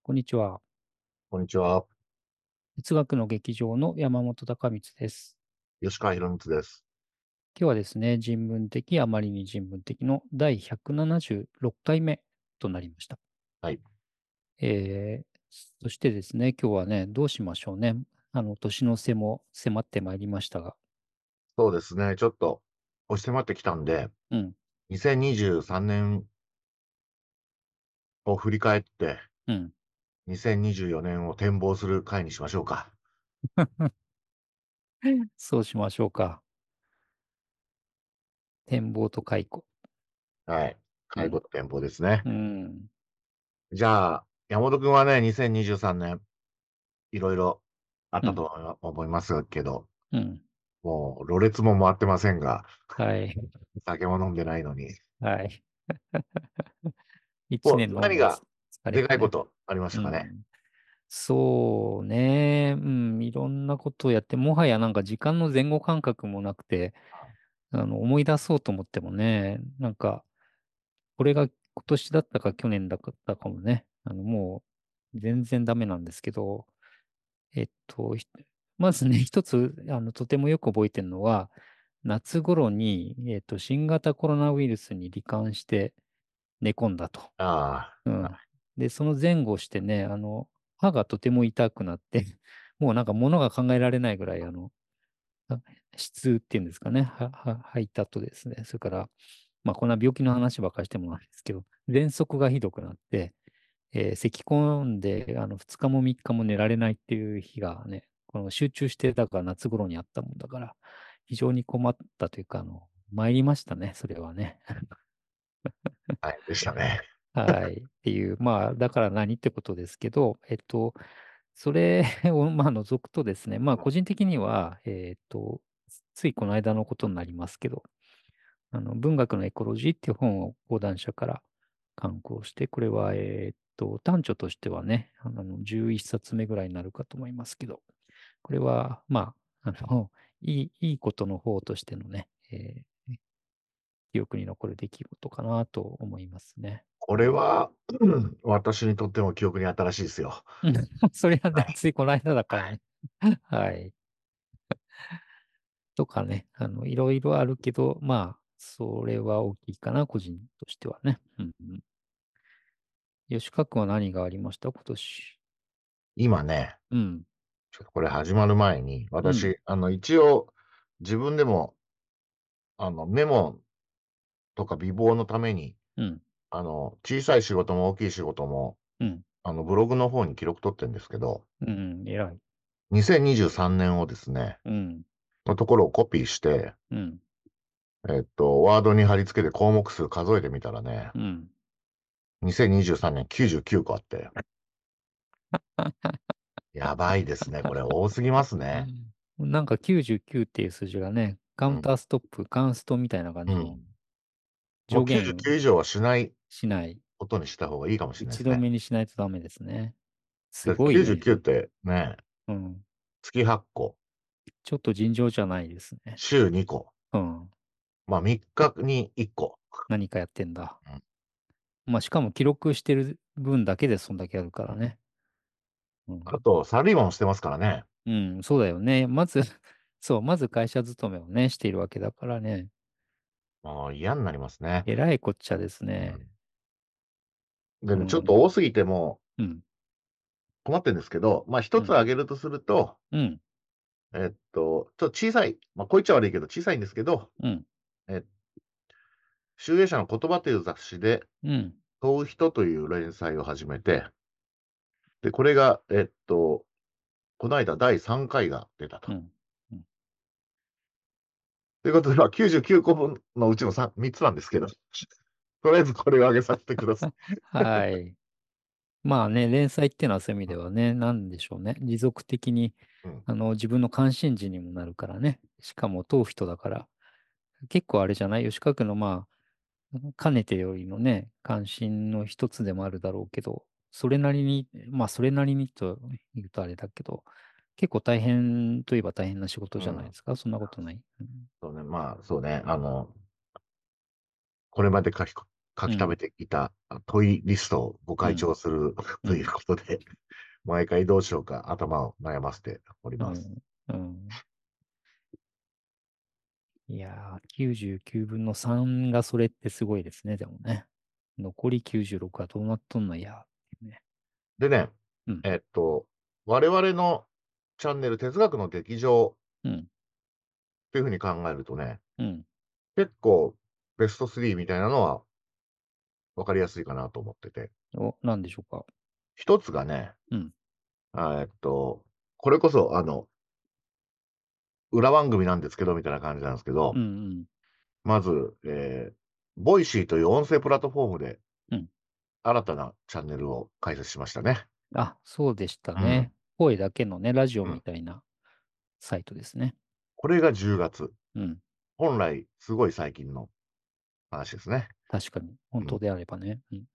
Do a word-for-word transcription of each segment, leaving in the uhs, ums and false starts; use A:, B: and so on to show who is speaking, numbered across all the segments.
A: こんにちは。
B: こんにちは。
A: 哲学の劇場の山本隆光です。
B: 吉川博光です。
A: 今日はですね、人文的、あまりに人文的のだいひゃくななじゅうろっかいめとなりました。
B: はい。
A: えー、そしてですね、今日はね、どうしましょうね。あの、年の瀬も迫ってまいりましたが。
B: そうですね。ちょっと押し迫ってきたんで、
A: うん、
B: にせんにじゅうさんねんを振り返って、
A: うん。
B: にせんにじゅうよねんを展望する回にしましょうか。
A: そうしましょうか。展望と解雇。
B: はい。
A: うん、
B: 回顧と展望ですね。
A: うん、
B: じゃあ、山本くんはね、にせんにじゅうさんねん、いろいろあっ
A: うん、
B: たと思いますけど、
A: うん。
B: もう、ろれつも回ってませんが、
A: はい、
B: 酒も飲んでないのに。
A: はい。一
B: もう、
A: 年のもつ
B: 何がでかいこ
A: 疲れがね。
B: とありましたかね。
A: うん。そうね。うん。いろんなことをやって、もはやなんか時間の前後感覚もなくて、あの、思い出そうと思ってもね、なんか、これが今年だったか去年だったかもね、あの、もう全然ダメなんですけど、えっと、ひまずね、一つ、あの、とてもよく覚えてるのは、夏頃に、えっと、新型コロナウイルスに罹患して寝込んだと。
B: ああ、
A: うん。で、その前後してね、あの、歯がとても痛くなって、もうなんか物が考えられないぐらい、あの、あ歯痛っていうんですかね、は、は、吐いたとですね、それから、まあ、こんな病気の話ばっかりしてもなんですけど、喘息がひどくなって、えー咳き込んで、あの、ふつかもみっかも寝られないっていう日がね、この集中してたから夏頃にあったもんだから、非常に困ったというか、あの、参りましたね、それはね。
B: はい、でしたね。
A: はい。っていう、まあ、だから何ってことですけど、えっと、それを、まあ、除くとですね、まあ、個人的には、えっと、ついこの間のことになりますけど、あの、文学のエコロジーっていう本を講談社から刊行して、これは、えっと、短著としてはね、あの、じゅういっさつめぐらいになるかと思いますけど、これは、まあ、あの、いい、いいことの方としてのね、えー記憶に残る出来事かなと思いますね。
B: これは、うん私にとっても記憶に新しいですよ。
A: うんそれはね、
B: はい。
A: ついこの間だから
B: はい。
A: ね。はい。とかね、あの、いろいろあるけど、まあ、それは大きいかな、個人としてはね。うんうん。吉川君は何がありました今年？
B: 今ね、
A: うん、
B: ちょっとこれ始まる前に、
A: うん、
B: 私、あの、一応、自分でも、あの、メモとか美貌のために、
A: うん、
B: あの、小さい仕事も大きい仕事も、
A: うん、
B: あの、ブログの方に記録取ってるんですけど、
A: うん、偉い。
B: にせんにじゅうさんねんをですね、
A: うん、
B: のところをコピーして、
A: うん、
B: えっと、ワードに貼り付けて項目数数えてみたらね、
A: うん。
B: にせんにじゅうさんねんきゅうじゅうきゅうこあって、やばいですね。これ多すぎますね。
A: うんなんかきゅうじゅうきゅうっていう数字がね、カウン
B: うん。
A: ターストップ、カンストみたいな感じの
B: うん。もう
A: 上限
B: きゅうじゅうきゅう以上はしない
A: しない。
B: ことにした方がいいかもしれないですね。
A: 一度目にしないとダメですね。す
B: で、
A: ごいね。
B: きゅうじゅうきゅうってね、
A: うん。
B: 月はち個、
A: ちょっと尋常じゃないですね。
B: 週にこ、
A: うん。
B: まあみっかにいっこ。
A: 何かやってんだ。
B: うん。
A: まあ、しかも記録してる分だけでそんだけあるからね。うん。
B: あと、サラリーマンもしてますからね。
A: うん、そうだよね。まずそう、まず会社勤めをね、しているわけだからね。
B: もう嫌になりますね。
A: えらいこっちゃです
B: うん。
A: ね。
B: でね、ちょっと
A: うん。
B: 多すぎても
A: うん。
B: 困ってるんですけど、まあ一つ
A: うん。
B: 挙げるとすると、
A: うん。
B: えっと、ちょっと小さい、まあこう言っちゃ悪いけど小さいんですけど、
A: うん。
B: え、集英社の言葉という雑誌で、
A: うん。
B: 問う人という連載を始めて、で、これが、えっと、この間だいさんかいが出たと。
A: うん。うん。
B: ということで、まあ、きゅうじゅうきゅうこぶんのうちの 3, 三つなんですけど、とりあえずこれを上げさせてください。
A: はい。まあね、連載っていうのはそういう意味ではね、なんでしょうね。持続的に、
B: うん。
A: あの、自分の関心事にもなるからね。しかも問う人だから。結構あれじゃない吉川君のまあ、かねてよりのね、関心の一つでもあるだろうけど、それなりに、まあ、それなりにと言うとあれだけど、結構大変といえば大変な仕事じゃないで
B: うん。
A: すか。そんなことない。うん。
B: そうね、まあ、そうね、あの、これまで書きこ、 書き溜め
A: うん。
B: ていた問いリストをご
A: うん。
B: 開帳するという
A: うん。
B: ことで、毎回どうしようか頭を悩ませております。
A: うん。うん。いやー、きゅうじゅうきゅうぶんのさんがそれってすごいですね、でもね。残りきゅうじゅうろくはどうなっとんのや、ね。
B: でね、
A: うん。
B: えっと、我々のチャンネル、哲学の劇場
A: うん。
B: っていうふうに考えるとね、
A: うん。
B: 結構ベストスリーみたいなのは分かりやすいかなと思ってて。
A: お、なんでしょうか。
B: 一つがね、
A: うん。
B: あえっと、これこそ、あの、裏番組なんですけど、みたいな感じなんですけど、
A: うん。
B: まず、えー、ボイシーという音声プラットフォームで
A: うん。
B: 新たなチャンネルを開設しましたね。
A: あ、そうでした
B: うん。
A: ね。声だけのね、ラジオ
B: うん。
A: みたいなサイトですね。
B: これがじゅうがつ。
A: うん。
B: 本来、すごい最近の話ですね。
A: 確かに。本
B: うん。
A: 当であればね。うん。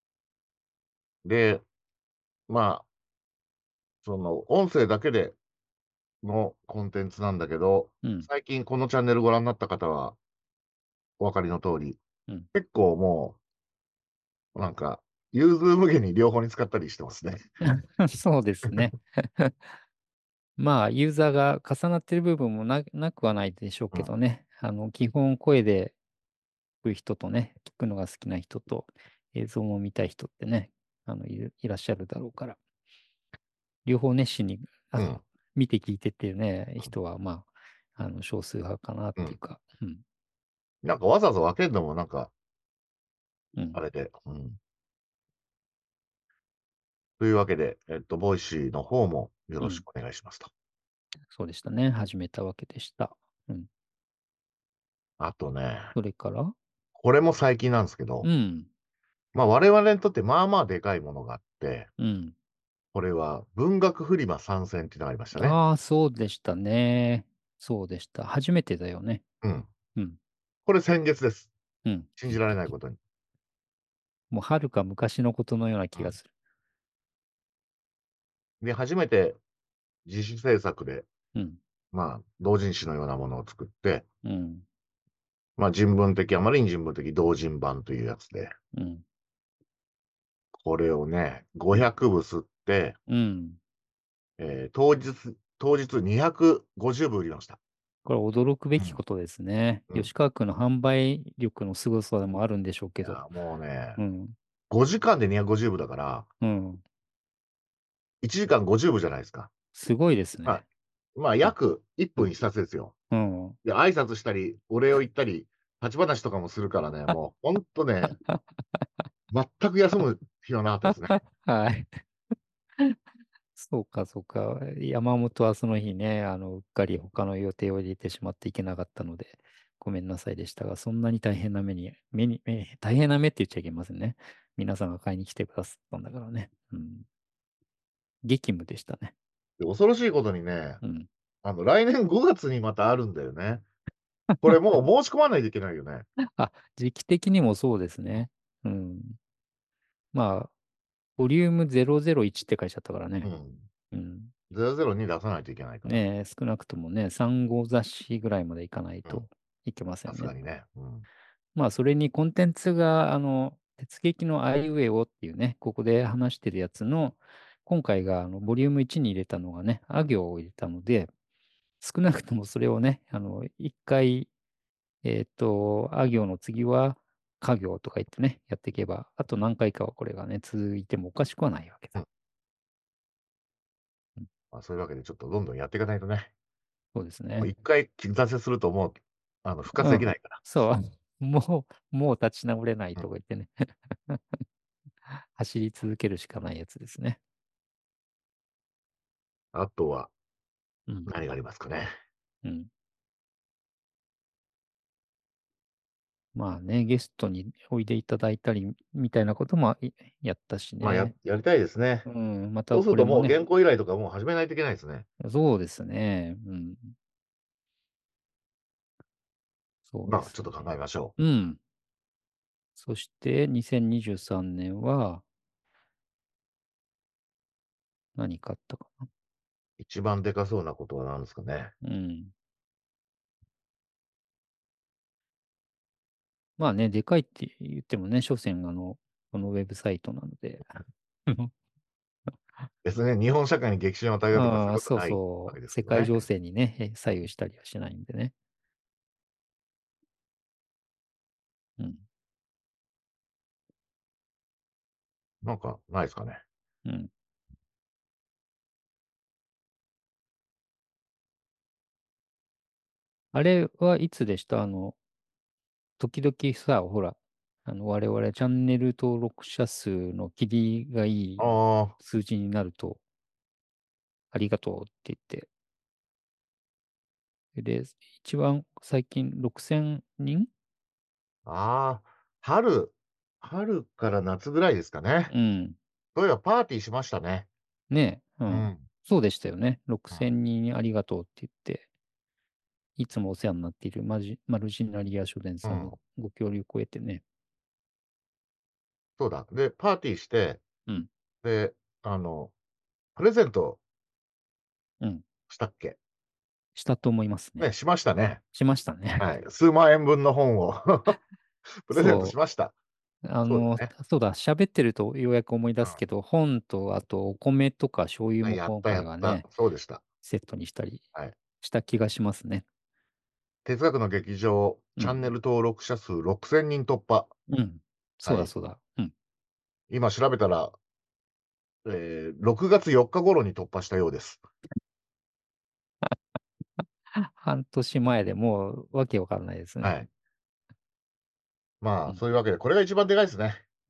B: で、まあ、その、音声だけでのコンテンツなんだけど、
A: うん。
B: 最近このチャンネルご覧になった方はお分かりの通り、
A: うん。
B: 結構もう、なんか、融通無下に両方に使ったりしてますね。
A: そうですね。まあ、ユーザーが重なってる部分もな、なくはないでしょう
B: うん。
A: けどね。あの、基本声で聞く人とね、聞くのが好きな人と映像も見たい人ってね、あの、いる、いらっしゃるだろうから、両方熱心に、あの、
B: うん。
A: 見て聞いてっていうね、人は、まあ、あの、少数派かなっ
B: うん。
A: ていうか、うん、
B: なんかわざわざ分けるのもなんか、
A: うん、
B: あれで、うん。というわけで、えっと、ボイシーの方もよ
A: うん、
B: ろしくお願いしますと。
A: そうでしたね。始めたわけでした。うん。
B: あとね、
A: それから、
B: これも最近なんですけど、
A: うん、
B: まあ我々にとってまあまあでかいものがあって、
A: うん。
B: これは文学フリマ参戦っていうのがありましたね。
A: ああ、そうでしたね。そうでした。初めてだよね。
B: うん。
A: うん、
B: これ先月です。
A: うん。
B: 信じられないことに。
A: もう、はるか昔のことのような
B: うん。
A: 気がする。
B: で、初めて自主制作で、
A: うん、
B: まあ、同人誌のようなものを作って、
A: うん、
B: まあ人文的、あまりに人文的同人版というやつで、
A: うん、
B: これをね、ごひゃくぶ刷って、
A: うん。
B: えー当日、当日にひゃくごじゅうぶ売りました。
A: これ驚くべ
B: うん。
A: きことですね。
B: うん。い
A: 吉川区の販売力の凄さでもあるんでしょうけど。
B: や、もうね、
A: うん、
B: ごじかんでにひゃくごじゅうぶだから、
A: うん。
B: いちじかんごじゅうぶじゃないですか。
A: すごいです
B: まあ、
A: ね。
B: まあ、
A: うん、
B: 約1
A: うん、
B: 分一冊ですよ。
A: うん。
B: で、挨拶したり、お礼を言ったり、立ち話とかもするからね、もう、ほんとね、全く休む暇なかったですね。
A: はい。そうか、そうか。山本はその日ね、あの、うっかり他の予定を入れてしまっていけなかったので、ごめんなさいでしたが、そんなに大変な目に、目に、目大変な目って言っちゃいけませんね。皆さんが買いに来てくださったんだからね。うん。激務でしたね。
B: で、恐ろしいことにね、
A: うん。
B: あの、来年ごがつにまたあるんだよね。これもう申し込まないといけないよね。
A: あ、時期的にもそうですね。うん。まあ、ボリュームゼロゼロいちって書いちゃったからね。
B: うん。
A: うん。
B: ゼロゼロに出さないといけないから。
A: ねえ、少なくともね、さん号雑誌ぐらいまでいかない
B: うん。
A: といけませ
B: さ
A: んね。
B: すがにね。うん。
A: まあ、それにコンテンツが、あの、鉄撃のアイウェイオっていうね、ここで話してるやつの、今回が、あの、ボリュームいちに入れたのがね、あ行を入れたので、少なくともそれをね、あの、一回、えっと、あ行の次は、家行とか言ってね、やっていけば、あと何回かはこれがね、続いてもおかしくはないわけだ。
B: うん。
A: うん、
B: まあ、そういうわけでちょっとどんどんやっていかないとね。
A: そうです
B: もう
A: ね。
B: 一回挫折するともう、あの、復活
A: うん。
B: できないから。
A: そう。もう、もう立ち直れない
B: うん。
A: とか言ってね。走り続けるしかないやつですね。
B: あとは
A: うん。
B: 何がありますかね。
A: うん。まあね、ゲストにおいでいただいたりみたいなこともいやったし
B: まあ、や
A: ね。
B: やりたいですね。
A: うん。また
B: そうするともう
A: これもね、
B: 原稿依頼とかもう始めないといけないですね。
A: そうですね。うん。そうで
B: まあ、
A: す
B: ちょっと考
A: ね。
B: えましょう。
A: うん。そしてにせんにじゅうさんねんは何かあったかな。
B: 一番でかそうなことは何ですかね。
A: うん。 まあね、でかいって言ってもね、所詮、あの、このウェブサイトなので。
B: 別にね、日本社会に激震を与えようとかそうい
A: ああ、そう
B: うことはないわ
A: そう。
B: けですけどね。
A: 世界情勢にね、え左右したりはしないんでね。うん。
B: なんか、ないですかね。
A: うん。あれはいつでしたあの、時々さ、ほら、あの、我々チャンネル登録者数の切りがいい
B: あ
A: 数字になると、ありがとうって言って、で、一番最近ろくせんにん。
B: あ、ああ、春、春から夏ぐらいですかね。
A: うん。
B: そういえばパーティーしましたね。
A: ねえ、うん。
B: うん。
A: そうでしたよね。
B: うん。
A: ろくせんにんありがとうって言って、いつもお世話になっているマジマルジナリア書店さんの
B: うん。
A: ご協力を得てね。
B: そうだ。で、パーティーして、
A: うん。
B: で、あの、プレゼント
A: うん。
B: したっけ？
A: したと思います
B: ね、
A: ね。
B: しましたね。
A: しましたね。
B: はい。数万円分の本をプレゼントし
A: そ
B: ました。
A: う。あの、
B: そうだね。
A: そうだ、喋ってるとようやく思い出す
B: う
A: けど、本とあとお米とか醤油
B: ん。
A: も今
B: やったやった。
A: 回はね、
B: そうでした。
A: セットにしたり
B: はい。
A: した気がしますね。
B: 哲学の劇場、
A: うん。
B: チャンネル登録者数ろくせんにん突破。
A: うん。そ
B: はい。
A: うだそうだ。うん。
B: 今調べたら、えー、ろくがつよっか頃に突破したようです。
A: 半年前でもうわけわからないですね。
B: はい。まあ、
A: うん。
B: そういうわけで、これが一番でかいですね。
A: うん、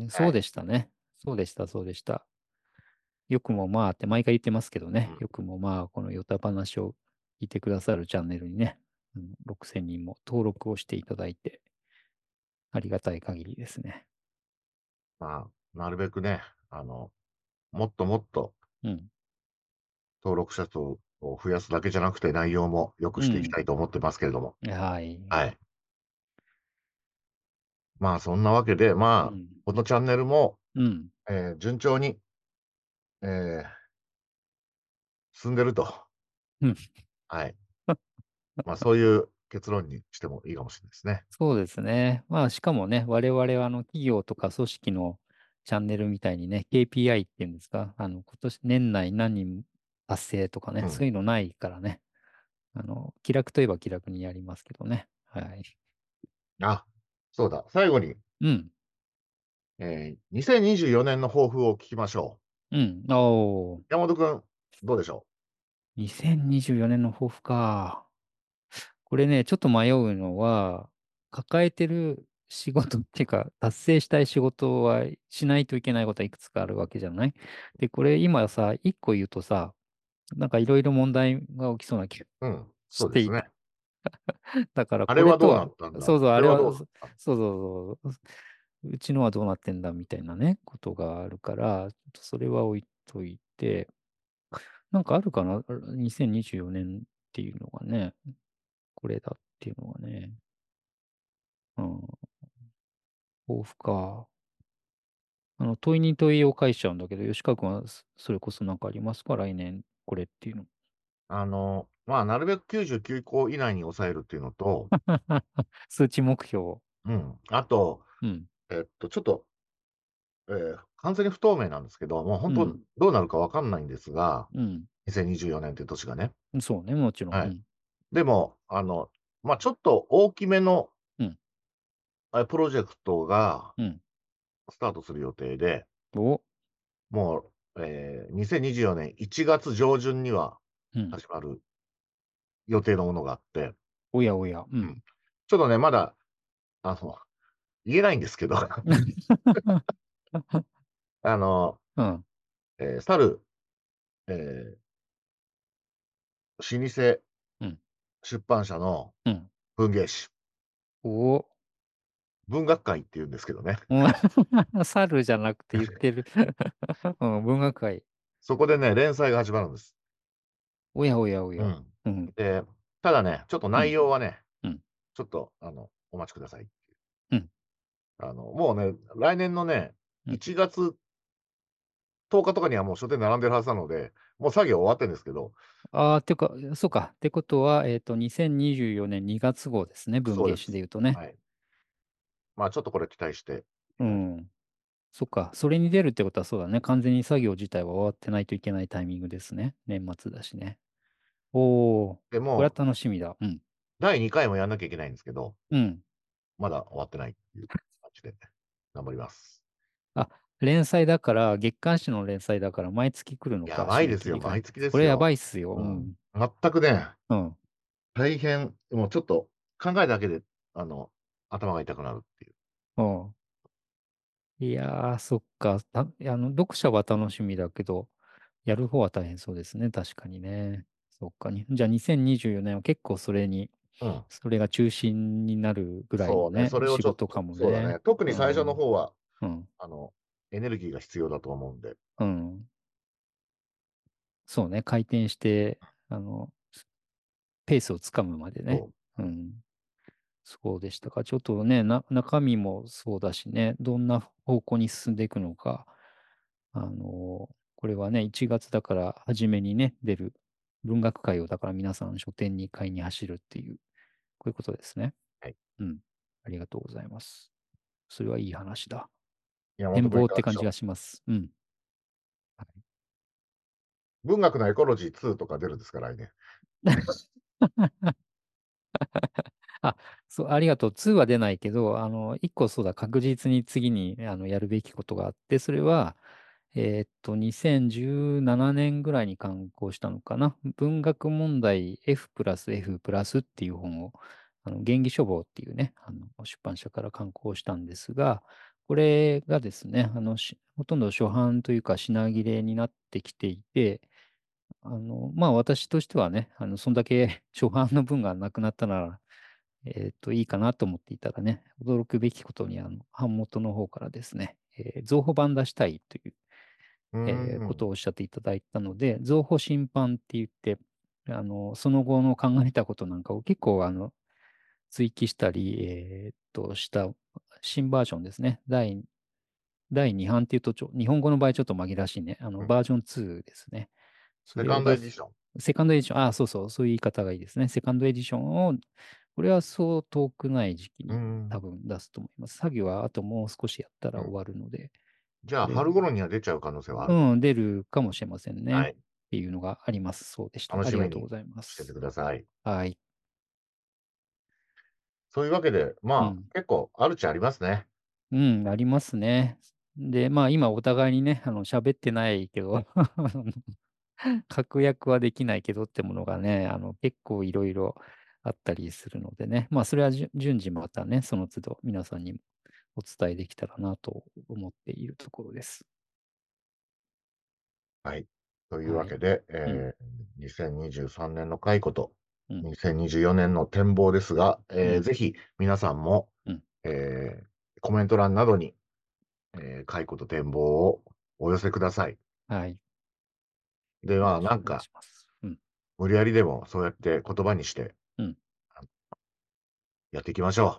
A: そう
B: はい。
A: でしたね。そうでした、そうでした。よくもまあって毎回言ってますけどね。
B: うん。
A: よくもまあ、このヨタ話を聞いてくださるチャンネルにね、うん、ろくせんにんも登録をしていただいて、ありがたい限りですね。
B: まあ、なるべくね、あの、もっともっと
A: うん。
B: 登録者数を増やすだけじゃなくて、内容も良くしていき
A: うん。
B: たいと思ってますけれども。
A: はい。
B: はい。まあ、そんなわけで、まあ、
A: うん。
B: このチャンネルも、
A: うん。
B: えー順調に、えー進んでると。
A: うん。
B: はい。まあ、そういう結論にしてもいいかもしれないですね。
A: そうですね。まあ、しかもね、我々はあの企業とか組織のチャンネルみたいにね、ケーピーアイ っていうんですか、あの、今年、年内何人達成とかね、
B: うん。
A: そういうのないからね。あの、気楽といえば気楽にやりますけどね。はい。
B: あ、そうだ。最後に、
A: うん。
B: えーにせんにじゅうよねんの抱負を聞きましょ
A: うん。おー。
B: う。山本くん、どうでしょ
A: にせんにじゅうよねんの抱負か。これね、ちょっと迷うのは、抱えてる仕事っていうか、達成したい仕事はしないといけないことはいくつかあるわけじゃない。で、これ今さ、一個言うとさ、なんかいろいろ問題が起きそうな気が
B: う？うん。
A: していて。
B: そうですね。
A: だから
B: あれはどうな
A: これとは、
B: ったんだ。
A: そうそう、
B: これはどう
A: あれは、そ
B: なったんだ。
A: そうそうそう、うちのはどうなってんだみたいなね、ことがあるから、ちょっとそれは置いといて、なんかあるかな？ にせんにじゅうよ 年っていうのがね、これだっていうのがね、うん、抱負か。あの、問いに問いを返しちゃうんだけど、吉川君はそそれこそなんかありますか来年これっていうの。
B: あの、まあ、なるべくきゅうじゅうきゅうこ以内に抑えるっていうのと、
A: 数値目標。
B: うん。あと、
A: うん、
B: えっと、ちょっと、えー完全に不透明なんですけど、もう本当
A: うん、
B: どうなるかわかんないんですが、
A: うん。
B: にせんにじゅうよねんっていう年がね。
A: そうね、もちろん。
B: はい。
A: うん、
B: でも、あの、まあ、ちょっと大きめの、
A: うん、
B: えプロジェクトが
A: うん。
B: スタートする予定で、
A: お、
B: もう、えーにせんにじゅうよねんいちがつ上旬には
A: うん。
B: 始まる予定のものがあって、
A: おやおや。うん。
B: うん。ちょっとね、まだ、あの、言えないんですけど、あの、
A: うん、
B: えー、去る、えー老舗
A: うん、
B: 出版社の
A: うん。
B: 文芸誌、
A: お、
B: 文学界って言うんですけどね。
A: うん猿じゃなくて言ってる。うん、文学界。
B: そこでね、連載が始まるんです。
A: おやおやおや。
B: うん。
A: うん、
B: で、ただね、ちょっと内
A: うん、
B: 容はね、
A: うん、
B: ちょっと、あの、お待ちください。
A: うん、
B: あの、もうね、来年のね、
A: うん。
B: いちがつとおかとかにはもう書店並んでるはずなので、もう作業終わってるんですけど、
A: ああ、てか、そうか。ってことは、えっと、にせんにじゅうよねんにがつ号ですね。文芸誌で
B: そうです。
A: 言うとね。
B: はい。 まあちょっとこれ期待していただき
A: うん。そっか。それに出るってことはそうだね。完全に作業自体は終わってないといけないタイミングですね。年末だしね。おー。
B: でも
A: これは楽しみだ。うん。
B: だいにかいもやんなきゃいけないんですけど、
A: うん。
B: まだ終わってないっていう感じで頑張ります。
A: あ、連載だから、月刊誌の連載だから、毎月来るの
B: や
A: か、締め
B: ばいですよ。
A: 切りが。
B: 毎月で
A: これやば
B: すよ。
A: いっすよ。
B: うん。
A: うん。
B: 全くね、
A: うん。
B: 大変、もうちょっと考えるだけで、あの、頭が痛くなるっていう。
A: うん。いやー、そっか。た、あの、読者は楽しみだけど、やる方は大変そうですね。確かにね。そっかに。じゃあにせんにじゅうよねんは結構それに、
B: うん。
A: それが中心になるぐらい
B: そうね。
A: のね、
B: それを
A: 仕事か
B: ちょっと、
A: もね。
B: そうだね。特に
A: う
B: 最初の
A: ん。
B: 方は、
A: うん。
B: あの、エネルギーが必要だと思うんで。
A: うん。そうね。回転して、あの、ペースをつかむまでね。
B: そう。
A: うん。そうでしたか。ちょっとね、な、中身もそうだしね、どんな方向に進んでいくのか。あの、これはね、いちがつだから初めにね、出る文学界をだから皆さん書店に買いに走るっていう、こういうことですね。
B: はい。
A: うん。ありがとうございます。それはいい話だ。
B: 山本君い
A: 展望って感じが
B: かがでしょ
A: します。うん。はい。
B: う。文学のエコロジーツーとか出るんですから、来年。
A: あ、そう、ありがとう。ツーは出ないけど、あの、いっこそうだ、確実に次にあのやるべきことがあって、それは、えーっと、にせんじゅうななねんぐらいに刊行したのかな。文学問題 F プラス F プラスっていう本を、あの、原義書房っていうね、あの、出版社から刊行したんですが、これがですね、あの、しほとんど初版というか品切れになってきていて、あの、まあ私としてはね、あの、そんだけ初版の分がなくなったなら、えっと、いいかなと思っていたらね、驚くべきことに、あの、版元の方からですね、えー増補版出したいという、
B: うー
A: えーこと
B: ん。
A: をおっしゃっていただいたので、増補新版って言って、あの、その後の考えたことなんかを結構、あの、追記したり、えーっと、した新バージョンですね。第、第に版っていうとちょ、日本語の場合ちょっと紛らわしいね。あの、
B: うん。
A: バージョンツーですね。そ
B: セカ
A: れを出す。
B: ンドエディション。
A: セカンドエディション、あ、そうそう、そういう言い方がいいですね。セカンドエディションを、これはそう遠くない時期
B: うー
A: に多
B: ん。
A: 分出すと思います。作業はあともう少しやったら終
B: うん。
A: わるので、
B: じゃあ、
A: これは、
B: 春頃には出ちゃう可能性はあると。
A: うん、出るかもしれませんね。っ
B: はい。
A: ていうのがあります。そうでした。
B: 楽しみに
A: ありがとうございま
B: してて
A: す。
B: ください。
A: はい。
B: そういうわけで、まあ、
A: うん。
B: 結構あるっちゃありますね。
A: うん、ありますね。で、まあ今お互いにね、あの、喋ってないけど、あの確約はできないけどってものがね、あの、結構いろいろあったりするのでね。まあそれはじゅ順次またね、その都度皆さんにもお伝えできたらなと思っているところです。
B: はい。という
A: はい。
B: わけで、
A: うん、
B: えー、にせんにじゅうさんねんの回顧と
A: うん、
B: にせんにじゅうよねんの展望ですが、
A: うん、
B: えーぜひ皆さんも、
A: うん。
B: えーコメント欄などに、えー回顧と展望をお寄せください。
A: はい。
B: では、
A: よろしくお願い
B: なんか、
A: します。うん、
B: 無理やりでもそうやって言葉にして
A: うん。
B: あやっていきましょ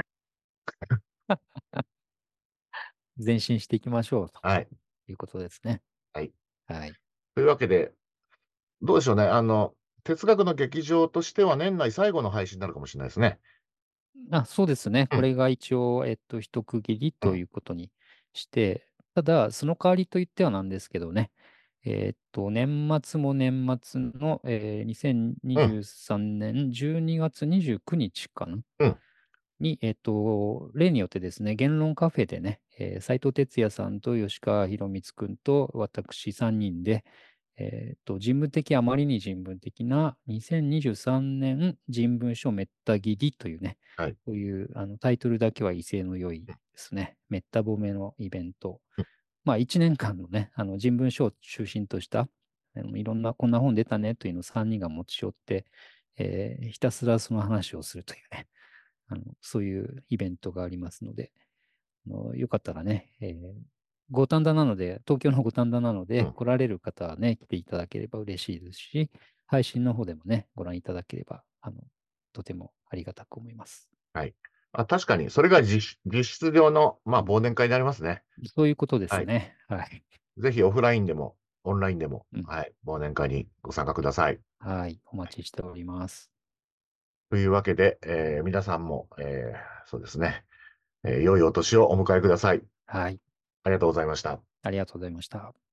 A: 前進していきましょうと
B: う。はい。
A: いうことですね。
B: はい。
A: はい。
B: というわけで、どうでしょうね。あの、哲学の劇場としては年内最後の配信になるかもしれないですね。
A: あ、そうですね。
B: うん。
A: これが一応、えっと、一区切りとい
B: うん。
A: うことにして、ただ、その代わりといってはなんですけどね、えっと、年末も年末の、えー
B: うん。
A: にせんにじゅうさんねんじゅうにがつにじゅうくにちかな
B: うん。
A: に、えっと、例によってですね、言論カフェでね、えー、斉藤哲也さんと吉川博光くんと私さんにんで、えっと、人文的、あまりに人文的なにせんにじゅうさんねん人文書めった切りというね、
B: はい。
A: こういうあのタイトルだけは威勢の良いですね、めった褒めのイベント。
B: うん。
A: まあ、いちねんかんのね、あの人文書を中心とした、あのいろんなこんな本出たねというのをさんにんが持ち寄って、えーひたすらその話をするというね、あのそういうイベントがありますので、あのよかったらね、えー五反田なので、東京の五反田なので、
B: うん。
A: 来られる方はね、来ていただければ嬉しいですし、配信の方でもね、ご覧いただければ、あの、とてもありがたく思います。
B: はい。あ、確かに、それが実実質上の、まあ、忘年会になりますね。
A: そういうことで
B: はい。
A: すね。はい。
B: ぜひオフラインでも、オンラインでも、
A: うん。
B: はい。忘年会にご参加ください。
A: はい。お待ちしております。
B: というわけで、えー皆さんも、えーそうですね。 えー良いお年をお迎えください。
A: はい。
B: ありがとうございました。
A: ありがとうございました。